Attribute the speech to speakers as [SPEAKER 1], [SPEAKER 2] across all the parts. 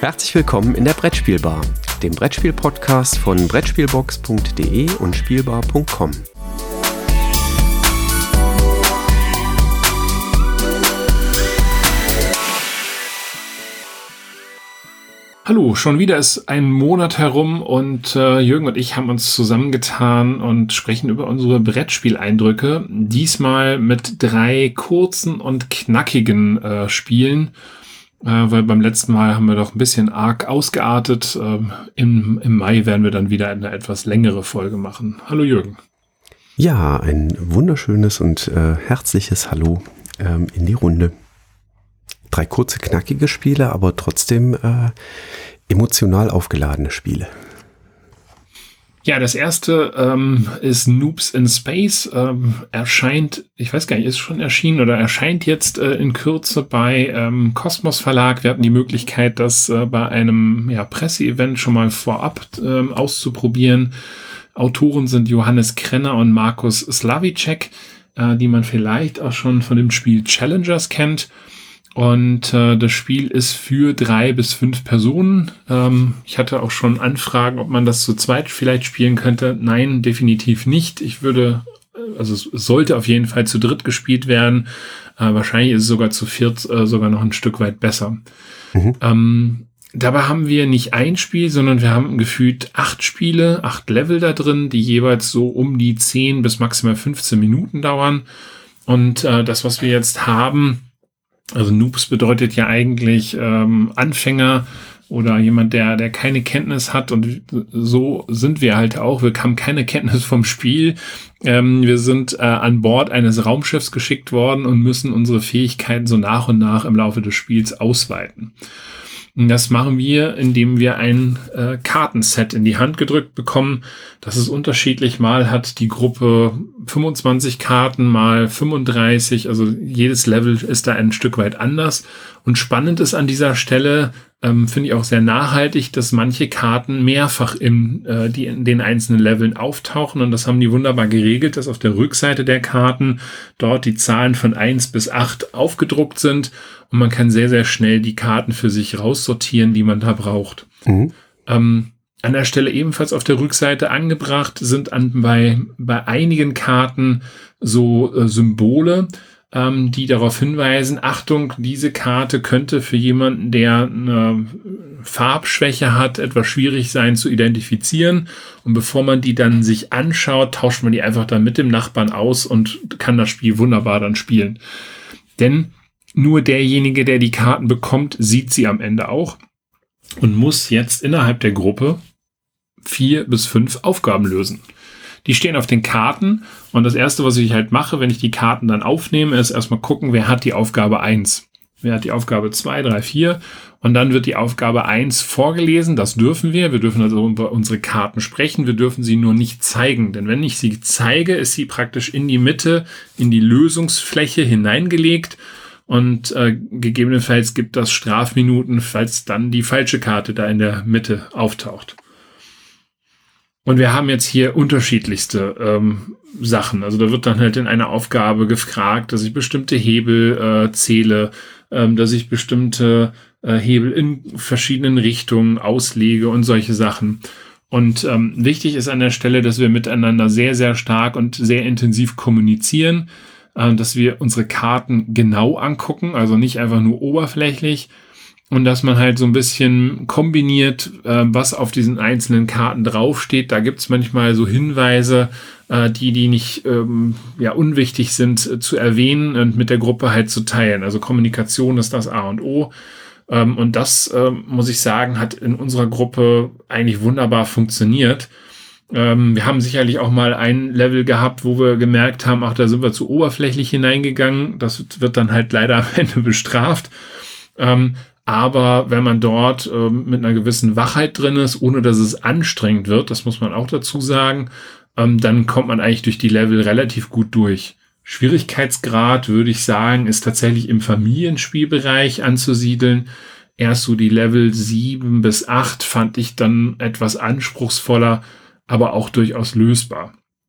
[SPEAKER 1] Herzlich willkommen in der Brettspielbar, dem Brettspiel-Podcast von Brettspielbox.de und Spielbar.com.
[SPEAKER 2] Hallo, schon wieder ist ein Monat herum und Jürgen und ich haben uns zusammengetan und sprechen über unsere Brettspieleindrücke. Diesmal mit 3 kurzen und knackigen Spielen, weil beim letzten Mal haben wir doch ein bisschen arg ausgeartet. Im Mai werden wir dann wieder eine etwas längere Folge machen. Hallo Jürgen.
[SPEAKER 1] Ja, ein wunderschönes und herzliches Hallo in die Runde. 3 kurze, knackige Spiele, aber trotzdem emotional aufgeladene Spiele.
[SPEAKER 2] Ja, das erste ist Noobs in Space. Erscheint, ich weiß gar nicht, ist schon erschienen oder erscheint jetzt in Kürze bei Kosmos Verlag. Wir hatten die Möglichkeit, das bei einem Presseevent schon mal vorab auszuprobieren. Autoren sind Johannes Krenner und Markus Slavicek, die man vielleicht auch schon von dem Spiel Challengers kennt. Und das Spiel ist für 3 bis 5 Personen. Ich hatte auch schon Anfragen, ob man das zu zweit vielleicht spielen könnte. Nein, definitiv nicht. Es sollte auf jeden Fall zu dritt gespielt werden. Wahrscheinlich ist es sogar zu viert sogar noch ein Stück weit besser. Dabei haben wir nicht ein Spiel, sondern wir haben gefühlt 8 Spiele, 8 Level da drin, die jeweils so um die 10 bis maximal 15 Minuten dauern. Und das, was wir jetzt haben, also Noobs bedeutet ja eigentlich Anfänger oder jemand, der keine Kenntnis hat, und so sind wir halt auch. Wir haben keine Kenntnis vom Spiel. Wir sind an Bord eines Raumschiffs geschickt worden und müssen unsere Fähigkeiten so nach und nach im Laufe des Spiels ausweiten. Und das machen wir, indem wir ein Kartenset in die Hand gedrückt bekommen. Das ist unterschiedlich. Mal hat die Gruppe 25 Karten, mal 35. Also jedes Level ist da ein Stück weit anders. Und spannend ist an dieser Stelle, finde ich auch sehr nachhaltig, dass manche Karten mehrfach in den einzelnen Leveln auftauchen. Und das haben die wunderbar geregelt, dass auf der Rückseite der Karten dort die Zahlen von 1 bis 8 aufgedruckt sind. Und man kann sehr, sehr schnell die Karten für sich raussortieren, die man da braucht. An der Stelle ebenfalls auf der Rückseite angebracht sind bei einigen Karten so Symbole, die darauf hinweisen, Achtung, diese Karte könnte für jemanden, der eine Farbschwäche hat, etwas schwierig sein zu identifizieren. Und bevor man die dann sich anschaut, tauscht man die einfach dann mit dem Nachbarn aus und kann das Spiel wunderbar dann spielen. Denn nur derjenige, der die Karten bekommt, sieht sie am Ende auch und muss jetzt innerhalb der Gruppe 4 bis 5 Aufgaben lösen. Die stehen auf den Karten, und das Erste, was ich halt mache, wenn ich die Karten dann aufnehme, ist erstmal gucken, wer hat die Aufgabe 1, wer hat die Aufgabe 2, 3, 4, und dann wird die Aufgabe 1 vorgelesen. Das dürfen wir. Wir dürfen also über unsere Karten sprechen, wir dürfen sie nur nicht zeigen, denn wenn ich sie zeige, ist sie praktisch in die Mitte, in die Lösungsfläche hineingelegt. Und gegebenenfalls gibt das Strafminuten, falls dann die falsche Karte da in der Mitte auftaucht. Und wir haben jetzt hier unterschiedlichste Sachen. Also da wird dann halt in einer Aufgabe gefragt, dass ich bestimmte Hebel zähle, dass ich bestimmte Hebel in verschiedenen Richtungen auslege und solche Sachen. Und wichtig ist an der Stelle, dass wir miteinander sehr, sehr stark und sehr intensiv kommunizieren, dass wir unsere Karten genau angucken, also nicht einfach nur oberflächlich, und dass man halt so ein bisschen kombiniert, was auf diesen einzelnen Karten draufsteht. Da gibt's manchmal so Hinweise, die nicht unwichtig sind zu erwähnen und mit der Gruppe halt zu teilen. Also Kommunikation ist das A und O. Und das, muss ich sagen, hat in unserer Gruppe eigentlich wunderbar funktioniert. Wir haben sicherlich auch mal ein Level gehabt, wo wir gemerkt haben, da sind wir zu oberflächlich hineingegangen. Das wird dann halt leider am Ende bestraft. Aber wenn man dort mit einer gewissen Wachheit drin ist, ohne dass es anstrengend wird, das muss man auch dazu sagen, dann kommt man eigentlich durch die Level relativ gut durch. Schwierigkeitsgrad, würde ich sagen, ist tatsächlich im Familienspielbereich anzusiedeln. Erst so die Level 7 bis 8 fand ich dann etwas anspruchsvoller, aber auch durchaus lösbar.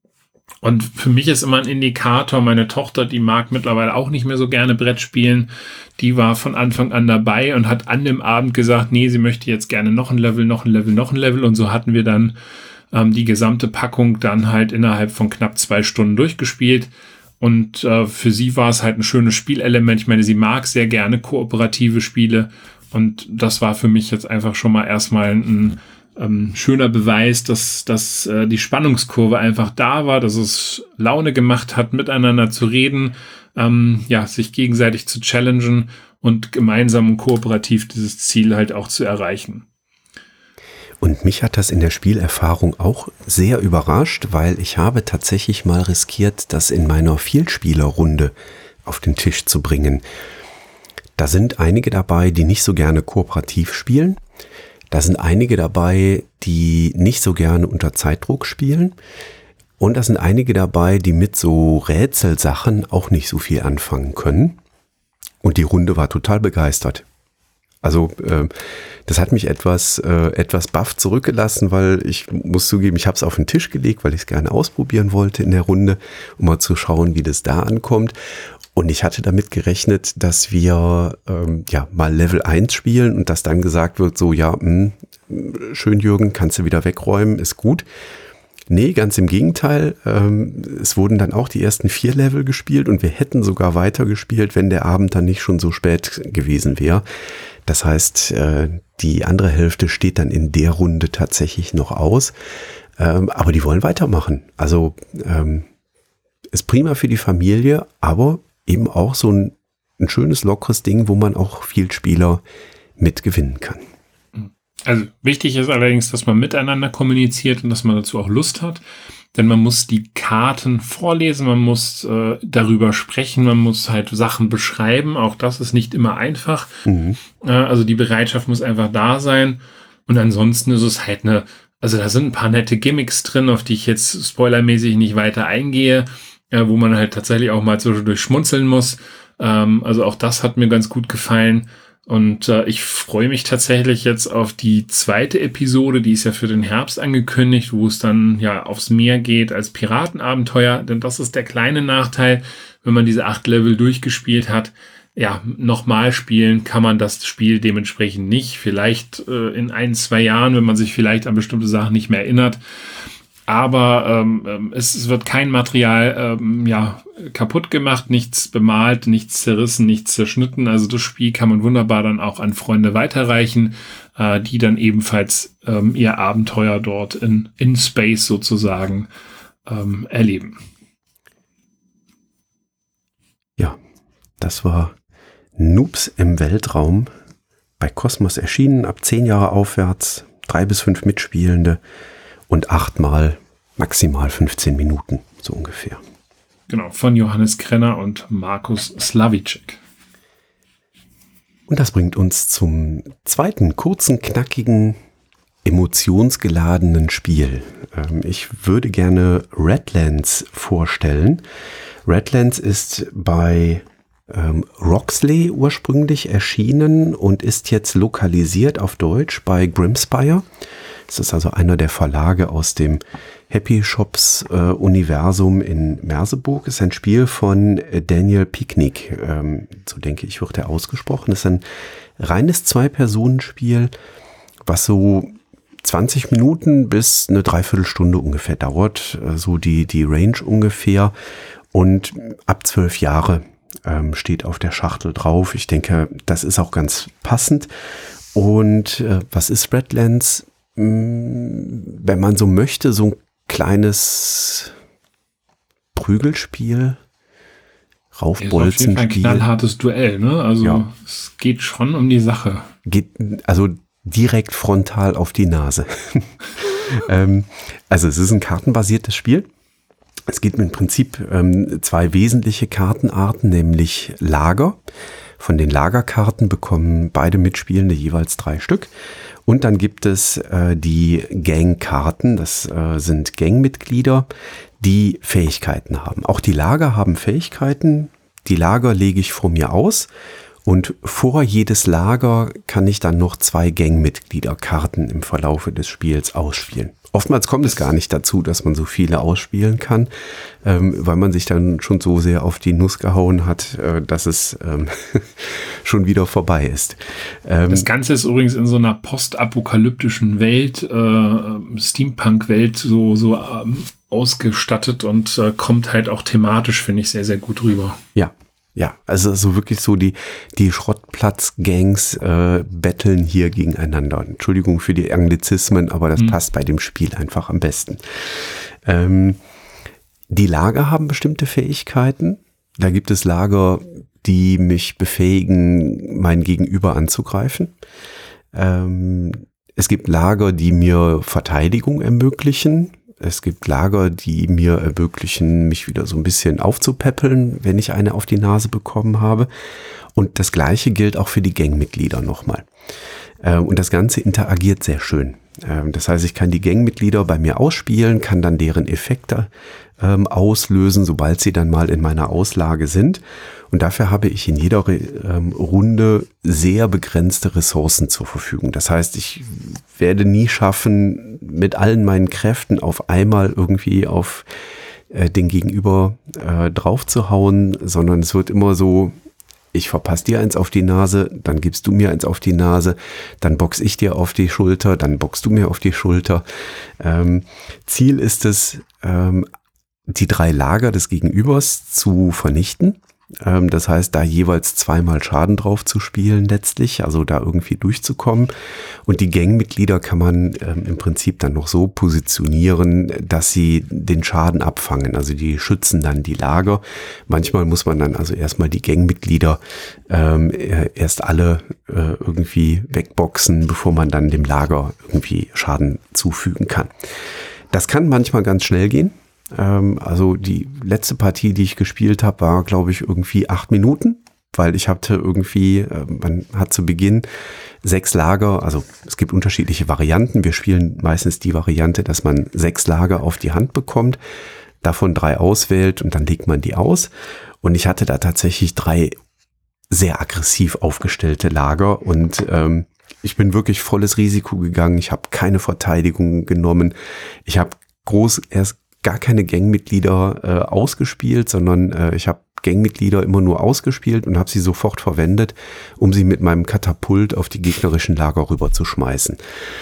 [SPEAKER 2] Und für mich ist immer ein Indikator, meine Tochter, die mag mittlerweile auch nicht mehr so gerne Brett spielen, die war von Anfang an dabei und hat an dem Abend gesagt, nee, sie möchte jetzt gerne noch ein Level, noch ein Level, noch ein Level. Und so hatten wir dann die gesamte Packung dann halt innerhalb von knapp 2 Stunden durchgespielt. Und für sie war es halt ein schönes Spielelement. Ich meine, sie mag sehr gerne kooperative Spiele. Und das war für mich jetzt einfach schon mal erstmal ein schöner Beweis, dass die Spannungskurve einfach da war, dass es Laune gemacht hat, miteinander zu reden, sich gegenseitig zu challengen und gemeinsam und kooperativ dieses Ziel halt auch zu erreichen.
[SPEAKER 1] Und mich hat das in der Spielerfahrung auch sehr überrascht, weil ich habe tatsächlich mal riskiert, das in meiner Vielspielerrunde auf den Tisch zu bringen. Da sind einige dabei, die nicht so gerne kooperativ spielen. Da sind einige dabei, die nicht so gerne unter Zeitdruck spielen. Und da sind einige dabei, die mit so Rätselsachen auch nicht so viel anfangen können. Und die Runde war total begeistert. Also das hat mich etwas baff zurückgelassen, weil ich muss zugeben, ich habe es auf den Tisch gelegt, weil ich es gerne ausprobieren wollte in der Runde, um mal zu schauen, wie das da ankommt. Und ich hatte damit gerechnet, dass wir mal Level 1 spielen und dass dann gesagt wird, so schön Jürgen, kannst du wieder wegräumen, ist gut. Nee, ganz im Gegenteil. Es wurden dann auch die ersten 4 Level gespielt und wir hätten sogar weitergespielt, wenn der Abend dann nicht schon so spät gewesen wäre. Das heißt, die andere Hälfte steht dann in der Runde tatsächlich noch aus. Aber die wollen weitermachen. Also ist prima für die Familie, aber eben auch so ein schönes, lockeres Ding, wo man auch viel Spieler mitgewinnen kann.
[SPEAKER 2] Also wichtig ist allerdings, dass man miteinander kommuniziert und dass man dazu auch Lust hat. Denn man muss die Karten vorlesen, man muss darüber sprechen, man muss halt Sachen beschreiben. Auch das ist nicht immer einfach. Also die Bereitschaft muss einfach da sein. Und ansonsten ist es halt also da sind ein paar nette Gimmicks drin, auf die ich jetzt spoilermäßig nicht weiter eingehe, wo man halt tatsächlich auch mal zwischendurch schmunzeln muss. Also auch das hat mir ganz gut gefallen. Und ich freue mich tatsächlich jetzt auf die 2. Episode, die ist ja für den Herbst angekündigt, wo es dann aufs Meer geht als Piratenabenteuer. Denn das ist der kleine Nachteil, wenn man diese 8 Level durchgespielt hat. Ja, nochmal spielen kann man das Spiel dementsprechend nicht. Vielleicht in 1-2 Jahren, wenn man sich vielleicht an bestimmte Sachen nicht mehr erinnert. Aber es wird kein Material kaputt gemacht, nichts bemalt, nichts zerrissen, nichts zerschnitten. Also das Spiel kann man wunderbar dann auch an Freunde weiterreichen, die dann ebenfalls ihr Abenteuer dort in Space sozusagen erleben.
[SPEAKER 1] Ja, das war Noobs im Weltraum, bei Kosmos erschienen, ab 10 Jahre aufwärts, 3 bis 5 Mitspielende. Und 8 mal maximal 15 Minuten, so ungefähr.
[SPEAKER 2] Genau, von Johannes Krenner und Markus Slavicek.
[SPEAKER 1] Und das bringt uns zum zweiten kurzen, knackigen, emotionsgeladenen Spiel. Ich würde gerne Redlands vorstellen. Redlands ist bei Roxley ursprünglich erschienen und ist jetzt lokalisiert auf Deutsch bei Grimspire. Das ist also einer der Verlage aus dem Happy Shops Universum in Merseburg. Ist ein Spiel von Daniel Picknick. So denke ich, wird er ausgesprochen. Das ist ein reines 2-Personen-Spiel, was so 20 Minuten bis eine Dreiviertelstunde ungefähr dauert. So die Range ungefähr. Und ab 12 Jahre steht auf der Schachtel drauf. Ich denke, das ist auch ganz passend. Und was ist Redlands? Wenn man so möchte, so ein kleines Prügelspiel, Raufbolzenspiel.
[SPEAKER 2] Ist auf jeden Fall ein knallhartes Duell, ne? Also es geht schon um die Sache.
[SPEAKER 1] Geht also direkt frontal auf die Nase. Also es ist ein kartenbasiertes Spiel. Es gibt im Prinzip 2 wesentliche Kartenarten, nämlich Lager. Von den Lagerkarten bekommen beide Mitspielende jeweils 3 Stück. Und dann gibt es die Gangkarten, das sind Gangmitglieder, die Fähigkeiten haben. Auch die Lager haben Fähigkeiten, die Lager lege ich vor mir aus Und vor jedes Lager kann ich dann noch 2 Gangmitgliederkarten im Verlaufe des Spiels ausspielen. Oftmals kommt es gar nicht dazu, dass man so viele ausspielen kann, weil man sich dann schon so sehr auf die Nuss gehauen hat, dass es schon wieder vorbei ist.
[SPEAKER 2] Das Ganze ist übrigens in so einer postapokalyptischen Welt, Steampunk-Welt so ausgestattet und kommt halt auch thematisch, finde ich, sehr, sehr gut rüber.
[SPEAKER 1] Ja, also so wirklich so die Schrottplatz-Gangs betteln hier gegeneinander. Entschuldigung für die Anglizismen, aber das passt bei dem Spiel einfach am besten. Die Lager haben bestimmte Fähigkeiten. Da gibt es Lager, die mich befähigen, mein Gegenüber anzugreifen. Es gibt Lager, die mir Verteidigung ermöglichen. Es gibt Lager, die mir ermöglichen, mich wieder so ein bisschen aufzupäppeln, wenn ich eine auf die Nase bekommen habe. Und das Gleiche gilt auch für die Gangmitglieder nochmal. Und das Ganze interagiert sehr schön. Das heißt, ich kann die Gangmitglieder bei mir ausspielen, kann dann deren Effekte auslösen, sobald sie dann mal in meiner Auslage sind. Und dafür habe ich in jeder Runde sehr begrenzte Ressourcen zur Verfügung. Das heißt, ich werde nie schaffen, mit allen meinen Kräften auf einmal irgendwie auf den Gegenüber drauf zu hauen, sondern es wird immer so, ich verpasse dir eins auf die Nase, dann gibst du mir eins auf die Nase, dann box ich dir auf die Schulter, dann boxst du mir auf die Schulter. Ziel ist es, die 3 Lager des Gegenübers zu vernichten. Das heißt, da jeweils 2-mal Schaden drauf zu spielen letztlich, also da irgendwie durchzukommen. Und die Gangmitglieder kann man im Prinzip dann noch so positionieren, dass sie den Schaden abfangen. Also die schützen dann die Lager. Manchmal muss man dann also erstmal die Gangmitglieder erst alle irgendwie wegboxen, bevor man dann dem Lager irgendwie Schaden zufügen kann. Das kann manchmal ganz schnell gehen. Also die letzte Partie, die ich gespielt habe, war, glaube ich, irgendwie 8 Minuten, weil ich hatte irgendwie, man hat zu Beginn 6 Lager, also es gibt unterschiedliche Varianten. Wir spielen meistens die Variante, dass man 6 Lager auf die Hand bekommt, davon 3 auswählt und dann legt man die aus. Und ich hatte da tatsächlich 3 sehr aggressiv aufgestellte Lager und ich bin wirklich volles Risiko gegangen. Ich habe keine Verteidigung genommen. Ich habe erst gar keine Gangmitglieder ausgespielt, sondern ich habe Gangmitglieder immer nur ausgespielt und habe sie sofort verwendet, um sie mit meinem Katapult auf die gegnerischen Lager rüber zu schmeißen.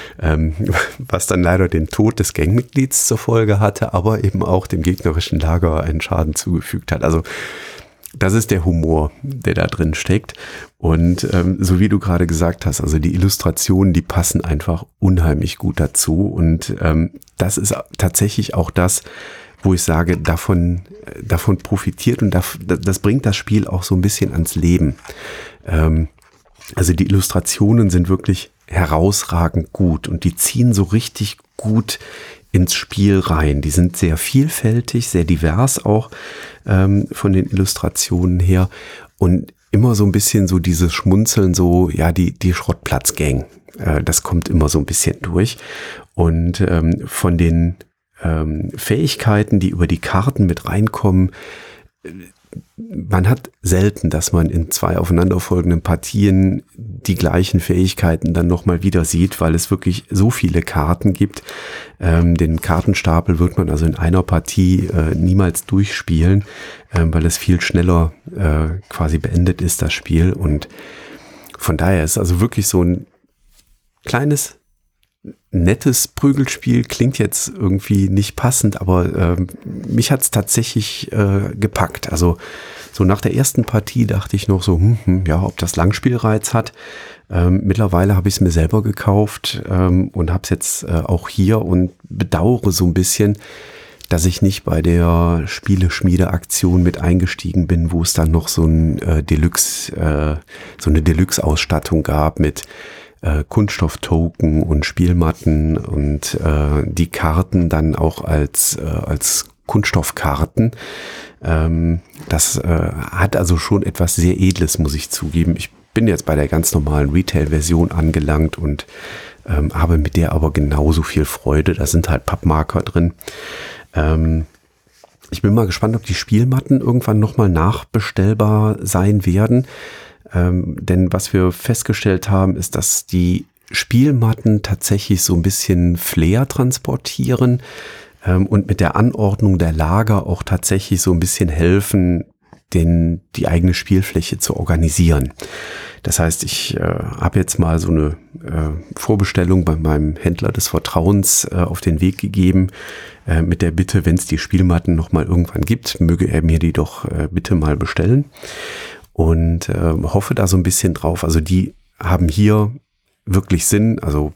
[SPEAKER 1] Was dann leider den Tod des Gangmitglieds zur Folge hatte, aber eben auch dem gegnerischen Lager einen Schaden zugefügt hat. Also das ist der Humor, der da drin steckt. Und so wie du gerade gesagt hast, also die Illustrationen, die passen einfach unheimlich gut dazu. Und das ist tatsächlich auch das, wo ich sage, davon profitiert und das bringt das Spiel auch so ein bisschen ans Leben. Also die Illustrationen sind wirklich herausragend gut und die ziehen so richtig gut ins Spiel rein. Die sind sehr vielfältig, sehr divers auch von den Illustrationen her und immer so ein bisschen so dieses Schmunzeln, so ja die Schrottplatz-Gang. Das kommt immer so ein bisschen durch und von den Fähigkeiten, die über die Karten mit reinkommen, man hat selten, dass man in 2 aufeinanderfolgenden Partien die gleichen Fähigkeiten dann nochmal wieder sieht, weil es wirklich so viele Karten gibt. Den Kartenstapel wird man also in einer Partie niemals durchspielen, weil es viel schneller quasi beendet ist, das Spiel. Und von daher ist also wirklich so ein kleines, nettes Prügelspiel, klingt jetzt irgendwie nicht passend, aber mich hat es tatsächlich gepackt. Also so nach der ersten Partie dachte ich noch so, ja, ob das Langspielreiz hat. Mittlerweile habe ich es mir selber gekauft und habe es jetzt auch hier und bedauere so ein bisschen, dass ich nicht bei der Spieleschmiede-Aktion mit eingestiegen bin, wo es dann noch so ein so eine Deluxe-Ausstattung gab mit Kunststofftoken und Spielmatten und die Karten dann auch als Kunststoffkarten. Das hat also schon etwas sehr Edles, muss ich zugeben. Ich bin jetzt bei der ganz normalen Retail-Version angelangt und habe mit der aber genauso viel Freude. Da sind halt Pappmarker drin. Ich bin mal gespannt, ob die Spielmatten irgendwann nochmal nachbestellbar sein werden. Denn was wir festgestellt haben, ist, dass die Spielmatten tatsächlich so ein bisschen Flair transportieren und mit der Anordnung der Lager auch tatsächlich so ein bisschen helfen, die eigene Spielfläche zu organisieren. Das heißt, ich habe jetzt mal so eine Vorbestellung bei meinem Händler des Vertrauens auf den Weg gegeben, mit der Bitte, wenn es die Spielmatten noch mal irgendwann gibt, möge er mir die doch bitte mal bestellen. Und hoffe da so ein bisschen drauf. Also die haben hier wirklich Sinn, also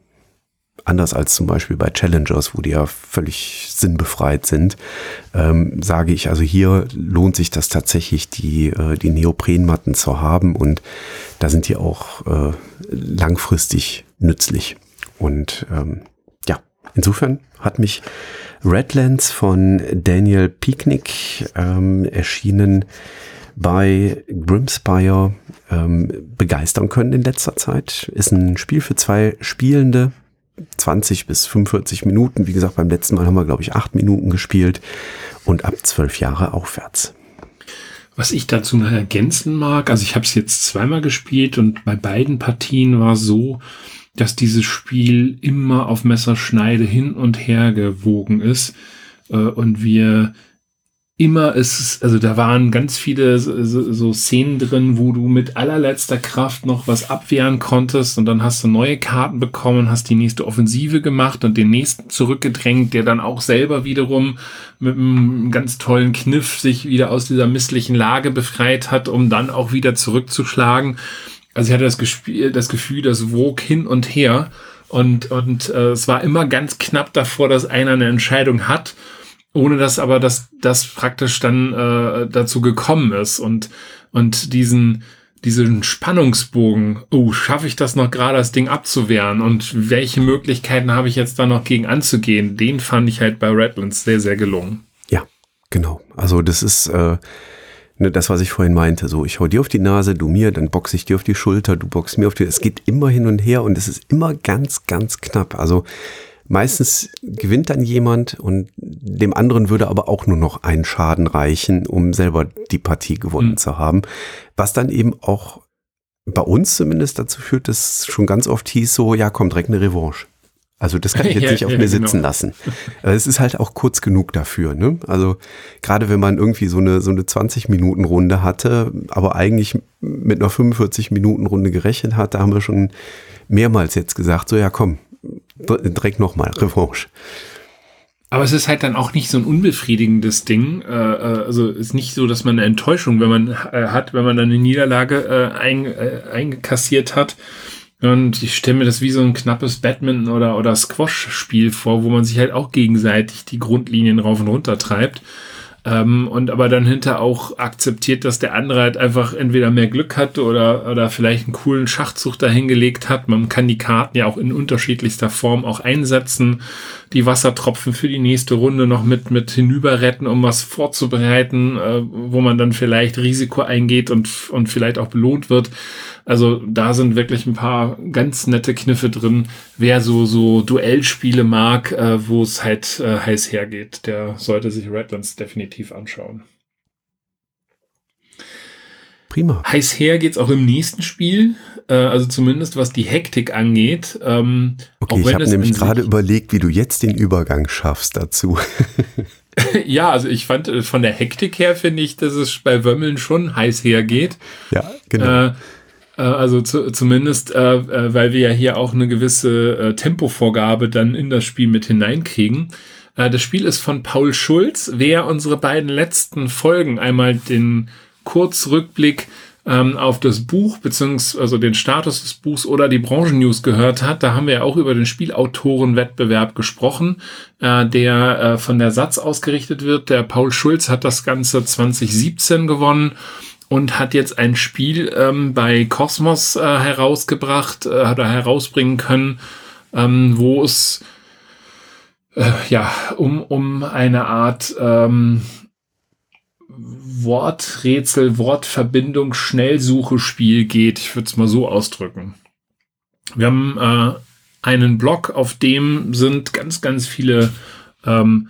[SPEAKER 1] anders als zum Beispiel bei Challengers, wo die ja völlig sinnbefreit sind, sage ich, also hier lohnt sich das tatsächlich, die Neoprenmatten zu haben, und da sind die auch langfristig nützlich. Und ja, insofern hat mich Redlands von Daniel Pieknik erschienen bei Grimspire begeistern können in letzter Zeit. Ist ein Spiel für 2 Spielende, 20 bis 45 Minuten. Wie gesagt, beim letzten Mal haben wir, glaube ich, 8 Minuten gespielt und ab 12 Jahre aufwärts.
[SPEAKER 2] Was ich dazu noch ergänzen mag, also ich habe es jetzt zweimal gespielt und bei beiden Partien war es so, dass dieses Spiel immer auf Messerschneide hin und her gewogen ist und wir immer also da waren ganz viele so Szenen drin, wo du mit allerletzter Kraft noch was abwehren konntest und dann hast du neue Karten bekommen, hast die nächste Offensive gemacht und den nächsten zurückgedrängt, der dann auch selber wiederum mit einem ganz tollen Kniff sich wieder aus dieser misslichen Lage befreit hat, um dann auch wieder zurückzuschlagen. Also ich hatte das Gefühl, das wog hin und her und es war immer ganz knapp davor, dass einer eine Entscheidung hat, ohne dass aber das praktisch dann dazu gekommen ist und diesen Spannungsbogen, schaffe ich das noch gerade, das Ding abzuwehren und welche Möglichkeiten habe ich jetzt da noch gegen anzugehen, den fand ich halt bei Redlands sehr, sehr gelungen.
[SPEAKER 1] Ja, genau. Also das ist das, was ich vorhin meinte, so ich hau dir auf die Nase, du mir, dann boxe ich dir auf die Schulter, du boxst mir auf die, es geht immer hin und her und es ist immer ganz, ganz knapp. Also meistens gewinnt dann jemand und dem anderen würde aber auch nur noch ein Schaden reichen, um selber die Partie gewonnen zu haben. Was dann eben auch bei uns zumindest dazu führt, dass schon ganz oft hieß so, ja komm, direkt eine Revanche. Also das kann ich jetzt nicht auf mir sitzen lassen. Es ist halt auch kurz genug dafür, ne? Also gerade wenn man irgendwie so eine 20-Minuten-Runde hatte, aber eigentlich mit einer 45-Minuten-Runde gerechnet hat, da haben wir schon mehrmals jetzt gesagt, so ja komm, direkt nochmal, Revanche.
[SPEAKER 2] Aber es ist halt dann auch nicht so ein unbefriedigendes Ding. Also ist nicht so, dass man eine Enttäuschung, wenn man dann eine Niederlage eingekassiert hat. Und ich stelle mir das wie so ein knappes Badminton- oder Squash-Spiel vor, wo man sich halt auch gegenseitig die Grundlinien rauf und runter treibt. Und aber dann hinter auch akzeptiert, dass der andere halt einfach entweder mehr Glück hatte oder vielleicht einen coolen Schachzug dahingelegt hat. Man kann die Karten ja auch in unterschiedlichster Form auch einsetzen, die Wassertropfen für die nächste Runde noch mit hinüber retten, um was vorzubereiten, wo man dann vielleicht Risiko eingeht und vielleicht auch belohnt wird. Also da sind wirklich ein paar ganz nette Kniffe drin. Wer so Duellspiele mag, wo es halt heiß hergeht, der sollte sich Redlands definitiv anschauen.
[SPEAKER 1] Prima.
[SPEAKER 2] Heiß her geht's auch im nächsten Spiel, also zumindest was die Hektik angeht.
[SPEAKER 1] Okay, ich habe nämlich gerade überlegt, wie du jetzt den Übergang schaffst dazu.
[SPEAKER 2] Ja, also ich fand von der Hektik her finde ich, dass es bei Wömmeln schon heiß hergeht.
[SPEAKER 1] Ja, genau.
[SPEAKER 2] Also zumindest, weil wir ja hier auch eine gewisse Tempovorgabe dann in das Spiel mit hineinkriegen. Das Spiel ist von Paul Schulz. Wer unsere beiden letzten Folgen, einmal den Kurzrückblick auf das Buch, beziehungsweise den Status des Buchs oder die Branchennews gehört hat, da haben wir ja auch über den Spielautorenwettbewerb gesprochen, der von der Satz ausgerichtet wird. Der Paul Schulz hat das Ganze 2017 gewonnen. Und hat jetzt ein Spiel bei Kosmos herausgebracht, hat er herausbringen können, wo es um eine Art Worträtsel, Wortverbindung, Schnellsuche-Spiel geht. Ich würde es mal so ausdrücken. Wir haben einen Blog, auf dem sind ganz, ganz viele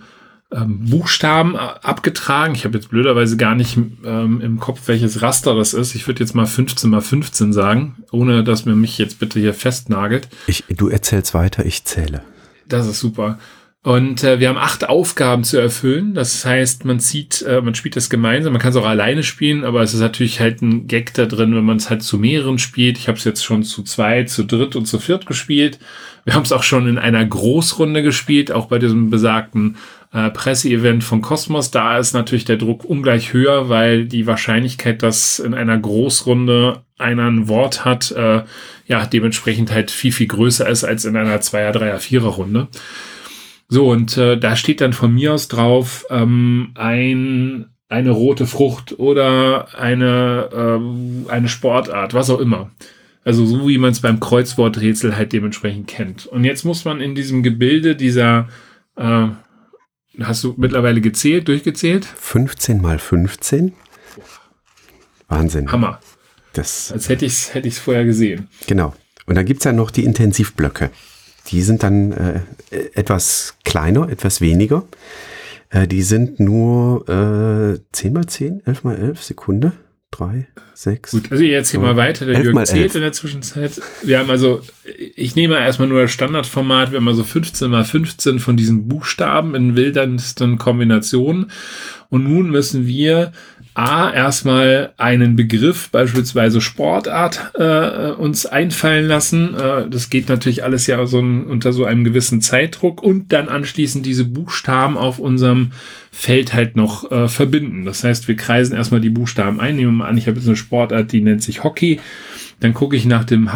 [SPEAKER 2] Buchstaben abgetragen. Ich habe jetzt blöderweise gar nicht im Kopf, welches Raster das ist. Ich würde jetzt mal 15 mal 15 sagen, ohne dass man mich jetzt bitte hier festnagelt.
[SPEAKER 1] Du erzählst weiter, ich zähle.
[SPEAKER 2] Das ist super. Und wir haben 8 Aufgaben zu erfüllen. Das heißt, man spielt das gemeinsam. Man kann es auch alleine spielen, aber es ist natürlich halt ein Gag da drin, wenn man es halt zu mehreren spielt. Ich habe es jetzt schon zu 2, zu 3 und zu 4 gespielt. Wir haben es auch schon in einer Großrunde gespielt, auch bei diesem besagten Presseevent von Kosmos. Da ist natürlich der Druck ungleich höher, weil die Wahrscheinlichkeit, dass in einer Großrunde einer ein Wort hat, dementsprechend halt viel, viel größer ist als in einer 2er, 3er, 4er Runde. So, und da steht dann von mir aus drauf eine rote Frucht oder eine Sportart, was auch immer. Also so, wie man es beim Kreuzworträtsel halt dementsprechend kennt. Und jetzt muss man in diesem Gebilde dieser, hast du mittlerweile durchgezählt?
[SPEAKER 1] 15 mal 15? Wahnsinn.
[SPEAKER 2] Hammer. Als hätte ich's vorher gesehen.
[SPEAKER 1] Genau. Und dann gibt's ja noch die Intensivblöcke. Die sind dann etwas kleiner, etwas weniger. Die sind nur 10 mal 10, 11 mal 11 Sekunde. 3, 6.
[SPEAKER 2] Gut, also jetzt hier mal weiter. Der Jürgen zählt in der Zwischenzeit. Wir haben also, ich nehme erstmal nur das Standardformat. Wir haben also 15 mal 15 von diesen Buchstaben in wildesten Kombinationen. Und nun müssen wir erstmal einen Begriff, beispielsweise Sportart, uns einfallen lassen. Das geht natürlich alles ja unter so einem gewissen Zeitdruck und dann anschließend diese Buchstaben auf unserem Feld halt noch verbinden. Das heißt, wir kreisen erstmal die Buchstaben ein. Nehmen wir mal an, ich habe jetzt eine Sportart, die nennt sich Hockey. Dann gucke ich nach dem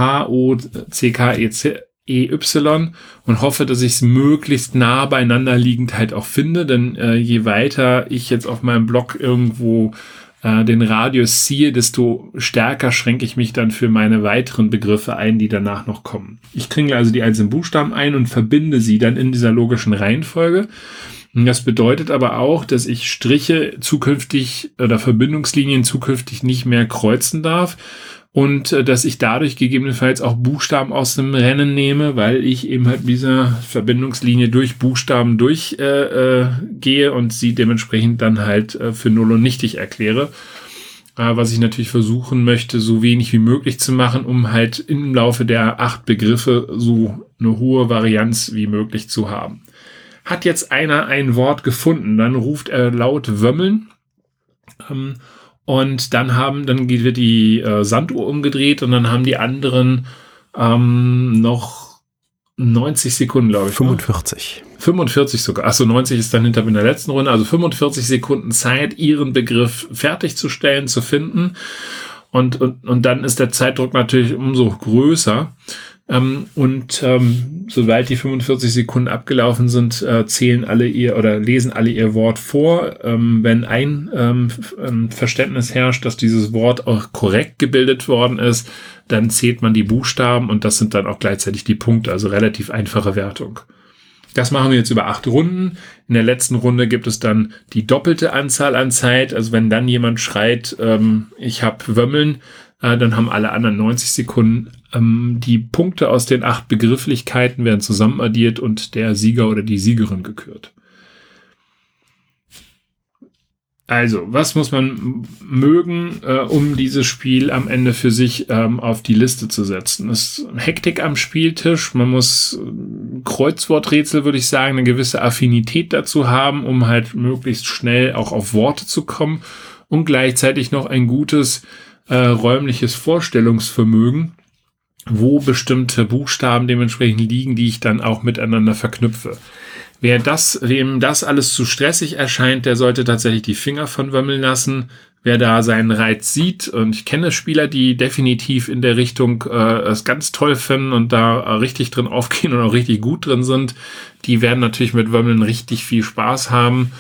[SPEAKER 2] H-O-C-K-E-Y und hoffe, dass ich es möglichst nah beieinander liegend halt auch finde, denn je weiter ich jetzt auf meinem Blog irgendwo den Radius ziehe, desto stärker schränke ich mich dann für meine weiteren Begriffe ein, die danach noch kommen. Ich kringle also die einzelnen Buchstaben ein und verbinde sie dann in dieser logischen Reihenfolge. Und das bedeutet aber auch, dass ich Striche zukünftig oder Verbindungslinien zukünftig nicht mehr kreuzen darf und dass ich dadurch gegebenenfalls auch Buchstaben aus dem Rennen nehme, weil ich eben halt dieser Verbindungslinie durch Buchstaben gehe und sie dementsprechend dann halt für null und nichtig erkläre. Was ich natürlich versuchen möchte, so wenig wie möglich zu machen, um halt im Laufe der 8 Begriffe so eine hohe Varianz wie möglich zu haben. Hat jetzt einer ein Wort gefunden, dann ruft er laut Wömmeln. Und dann wird die Sanduhr umgedreht und dann haben die anderen noch 90 Sekunden, glaube ich.
[SPEAKER 1] 45.
[SPEAKER 2] 45 sogar. Achso, 90 ist dann hinter in der letzten Runde. Also 45 Sekunden Zeit, ihren Begriff fertigzustellen, zu finden. Und dann ist der Zeitdruck natürlich umso größer. Sobald die 45 Sekunden abgelaufen sind, lesen alle ihr Wort vor. Wenn ein Verständnis herrscht, dass dieses Wort auch korrekt gebildet worden ist, dann zählt man die Buchstaben und das sind dann auch gleichzeitig die Punkte, also relativ einfache Wertung. Das machen wir jetzt über 8 Runden. In der letzten Runde gibt es dann die doppelte Anzahl an Zeit. Also wenn dann jemand schreit, ich habe Wömmeln, dann haben alle anderen 90 Sekunden. Die Punkte aus den 8 Begrifflichkeiten werden zusammenaddiert und der Sieger oder die Siegerin gekürt. Also, was muss man mögen, um dieses Spiel am Ende für sich auf die Liste zu setzen? Es ist Hektik am Spieltisch. Man muss Kreuzworträtsel, würde ich sagen, eine gewisse Affinität dazu haben, um halt möglichst schnell auch auf Worte zu kommen und gleichzeitig noch ein gutes räumliches Vorstellungsvermögen, wo bestimmte Buchstaben dementsprechend liegen, die ich dann auch miteinander verknüpfe. Wem das alles zu stressig erscheint, der sollte tatsächlich die Finger von Wömmeln lassen. Wer da seinen Reiz sieht, und ich kenne Spieler, die definitiv in der Richtung es ganz toll finden und da richtig drin aufgehen und auch richtig gut drin sind, die werden natürlich mit Wömmeln richtig viel Spaß haben.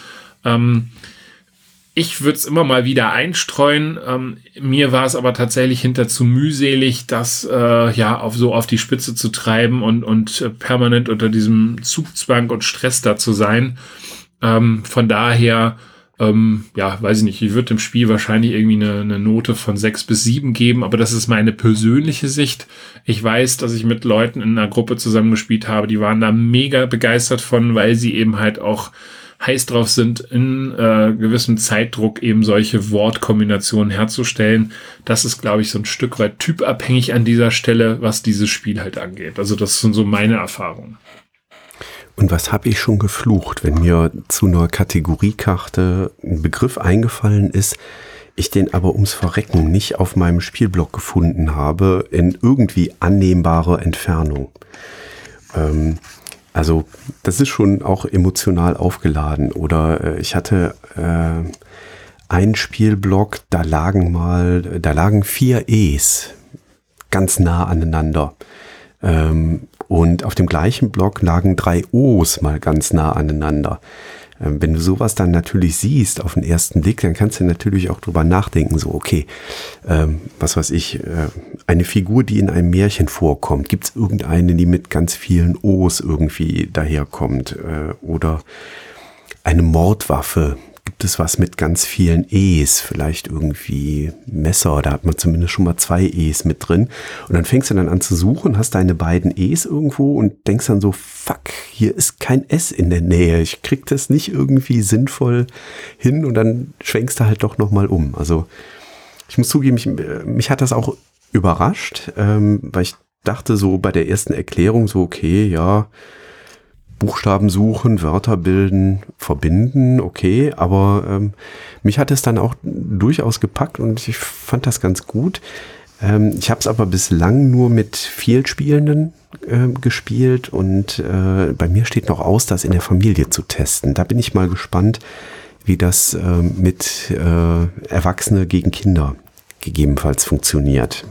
[SPEAKER 2] Ich würde es immer mal wieder einstreuen. Mir war es aber tatsächlich hinter zu mühselig, das auf die Spitze zu treiben und permanent unter diesem Zugzwang und Stress da zu sein. Von daher, weiß ich nicht, ich würde dem Spiel wahrscheinlich irgendwie eine Note von 6 bis 7 geben, aber das ist meine persönliche Sicht. Ich weiß, dass ich mit Leuten in einer Gruppe zusammengespielt habe, die waren da mega begeistert von, weil sie eben halt auch heiß drauf sind, in gewissem Zeitdruck eben solche Wortkombinationen herzustellen. Das ist, glaube ich, so ein Stück weit typabhängig an dieser Stelle, was dieses Spiel halt angeht. Also das sind so meine Erfahrungen.
[SPEAKER 1] Und was habe ich schon geflucht, wenn mir zu einer Kategoriekarte ein Begriff eingefallen ist, ich den aber ums Verrecken nicht auf meinem Spielblock gefunden habe, in irgendwie annehmbarer Entfernung. Also das ist schon auch emotional aufgeladen. Oder ich hatte einen Spielblock, da lagen 4 E's ganz nah aneinander. Und auf dem gleichen Block lagen 3 O's mal ganz nah aneinander. Wenn du sowas dann natürlich siehst auf den ersten Blick, dann kannst du natürlich auch drüber nachdenken, so okay, was weiß ich, eine Figur, die in einem Märchen vorkommt, gibt es irgendeine, die mit ganz vielen O's irgendwie daherkommt, oder eine Mordwaffe, gibt es was mit ganz vielen E's, vielleicht irgendwie Messer, da hat man zumindest schon mal 2 E's mit drin, und dann fängst du dann an zu suchen, hast deine beiden E's irgendwo und denkst dann so, fuck, hier ist kein S in der Nähe, ich krieg das nicht irgendwie sinnvoll hin, und dann schwenkst du halt doch nochmal um. Also ich muss zugeben, mich hat das auch überrascht, weil ich dachte so bei der ersten Erklärung so, okay, ja, Buchstaben suchen, Wörter bilden, verbinden, okay, aber mich hat es dann auch durchaus gepackt und ich fand das ganz gut. Ich habe es aber bislang nur mit Vielspielenden gespielt, und bei mir steht noch aus, das in der Familie zu testen. Da bin ich mal gespannt, wie das mit Erwachsene gegen Kinder gegebenenfalls funktioniert.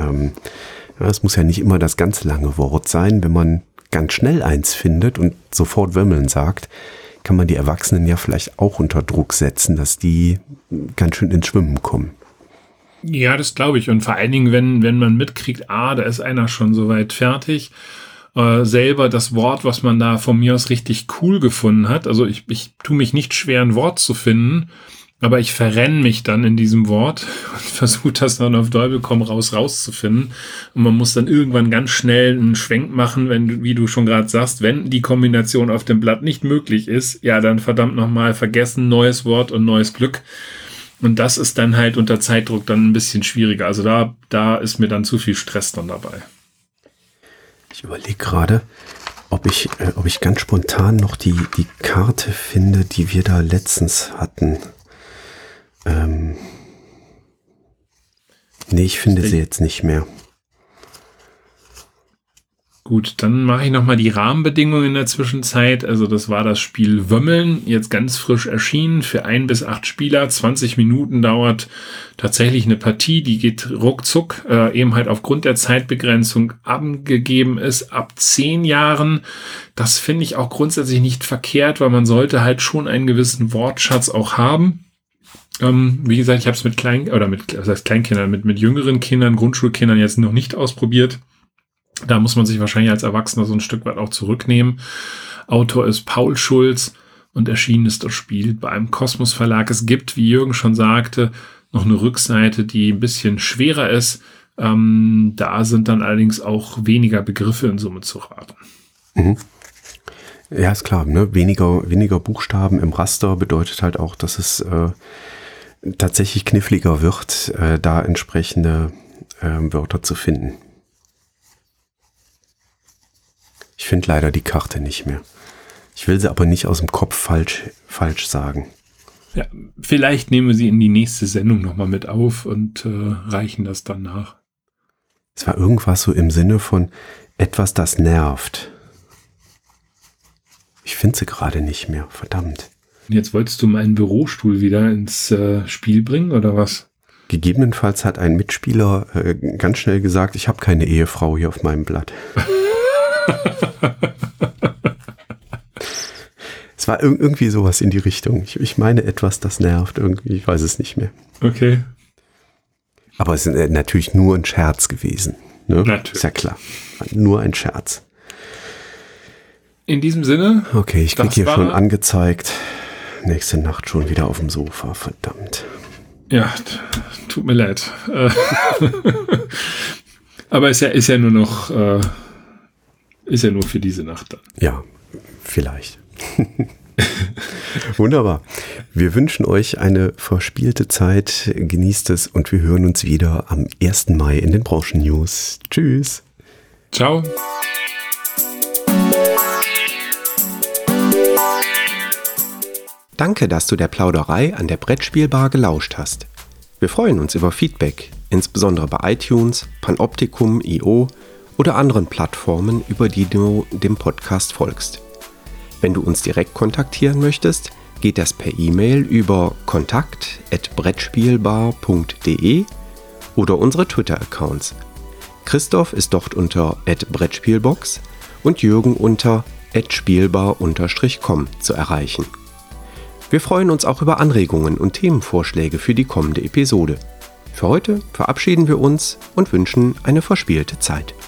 [SPEAKER 1] Es muss ja nicht immer das ganz lange Wort sein, wenn man ganz schnell eins findet und sofort Wömmeln sagt, kann man die Erwachsenen ja vielleicht auch unter Druck setzen, dass die ganz schön ins Schwimmen kommen.
[SPEAKER 2] Ja, das glaube ich. Und vor allen Dingen, wenn man mitkriegt, da ist einer schon soweit fertig, selber das Wort, was man da von mir aus richtig cool gefunden hat. Also ich tue mich nicht schwer, ein Wort zu finden, aber ich verrenne mich dann in diesem Wort und versuche das dann auf Teufel komm rauszufinden. Und man muss dann irgendwann ganz schnell einen Schwenk machen, wenn, wie du schon gerade sagst, wenn die Kombination auf dem Blatt nicht möglich ist, ja, dann verdammt nochmal vergessen, neues Wort und neues Glück. Und das ist dann halt unter Zeitdruck dann ein bisschen schwieriger. Also da ist mir dann zu viel Stress dann dabei.
[SPEAKER 1] Ich überlege gerade, ob ich ganz spontan noch die Karte finde, die wir da letztens hatten. Nee, ich finde sie jetzt nicht mehr.
[SPEAKER 2] Gut, dann mache ich nochmal die Rahmenbedingungen in der Zwischenzeit. Also das war das Spiel Wömmeln, jetzt ganz frisch erschienen für 1 bis 8 Spieler. 20 Minuten dauert tatsächlich eine Partie, die geht ruckzuck, eben halt aufgrund der Zeitbegrenzung abgegeben ist ab 10 Jahren. Das finde ich auch grundsätzlich nicht verkehrt, weil man sollte halt schon einen gewissen Wortschatz auch haben. Wie gesagt, ich habe es mit Kleinkindern, mit jüngeren Kindern, Grundschulkindern jetzt noch nicht ausprobiert. Da muss man sich wahrscheinlich als Erwachsener so ein Stück weit auch zurücknehmen. Autor ist Paul Schulz und erschienen ist das Spiel beim Kosmos Verlag. Es gibt, wie Jürgen schon sagte, noch eine Rückseite, die ein bisschen schwerer ist. Da sind dann allerdings auch weniger Begriffe in Summe zu raten.
[SPEAKER 1] Mhm. Ja, ist klar, ne? Weniger Buchstaben im Raster bedeutet halt auch, dass es tatsächlich kniffliger wird, da entsprechende Wörter zu finden. Ich finde leider die Karte nicht mehr. Ich will sie aber nicht aus dem Kopf falsch sagen.
[SPEAKER 2] Ja, vielleicht nehmen wir sie in die nächste Sendung nochmal mit auf und reichen das dann nach.
[SPEAKER 1] Es war irgendwas so im Sinne von etwas, das nervt. Ich finde sie gerade nicht mehr, verdammt.
[SPEAKER 2] Jetzt wolltest du meinen Bürostuhl wieder ins Spiel bringen, oder was?
[SPEAKER 1] Gegebenenfalls hat ein Mitspieler ganz schnell gesagt, ich habe keine Ehefrau hier auf meinem Blatt. Es war irgendwie sowas in die Richtung. Ich meine etwas, das nervt irgendwie. Ich weiß es nicht mehr.
[SPEAKER 2] Okay.
[SPEAKER 1] Aber es ist natürlich nur ein Scherz gewesen. Ne?
[SPEAKER 2] Natürlich.
[SPEAKER 1] Ist ja klar. Nur ein Scherz.
[SPEAKER 2] In diesem Sinne.
[SPEAKER 1] Okay, ich krieg hier schon angezeigt. Nächste Nacht schon wieder auf dem Sofa. Verdammt.
[SPEAKER 2] Ja, tut mir leid. Aber ist ja nur noch... ist ja nur für diese Nacht dann.
[SPEAKER 1] Ja, vielleicht. Wunderbar. Wir wünschen euch eine verspielte Zeit. Genießt es und wir hören uns wieder am 1. Mai in den Branchen-News. Tschüss.
[SPEAKER 2] Ciao.
[SPEAKER 1] Danke, dass du der Plauderei an der Brettspielbar gelauscht hast. Wir freuen uns über Feedback, insbesondere bei iTunes, Panoptikum, IO oder anderen Plattformen, über die du dem Podcast folgst. Wenn du uns direkt kontaktieren möchtest, geht das per E-Mail über kontakt@brettspielbar.de oder unsere Twitter-Accounts. Christoph ist dort unter @Brettspielbox und Jürgen unter @Spielbar_com zu erreichen. Wir freuen uns auch über Anregungen und Themenvorschläge für die kommende Episode. Für heute verabschieden wir uns und wünschen eine verspielte Zeit.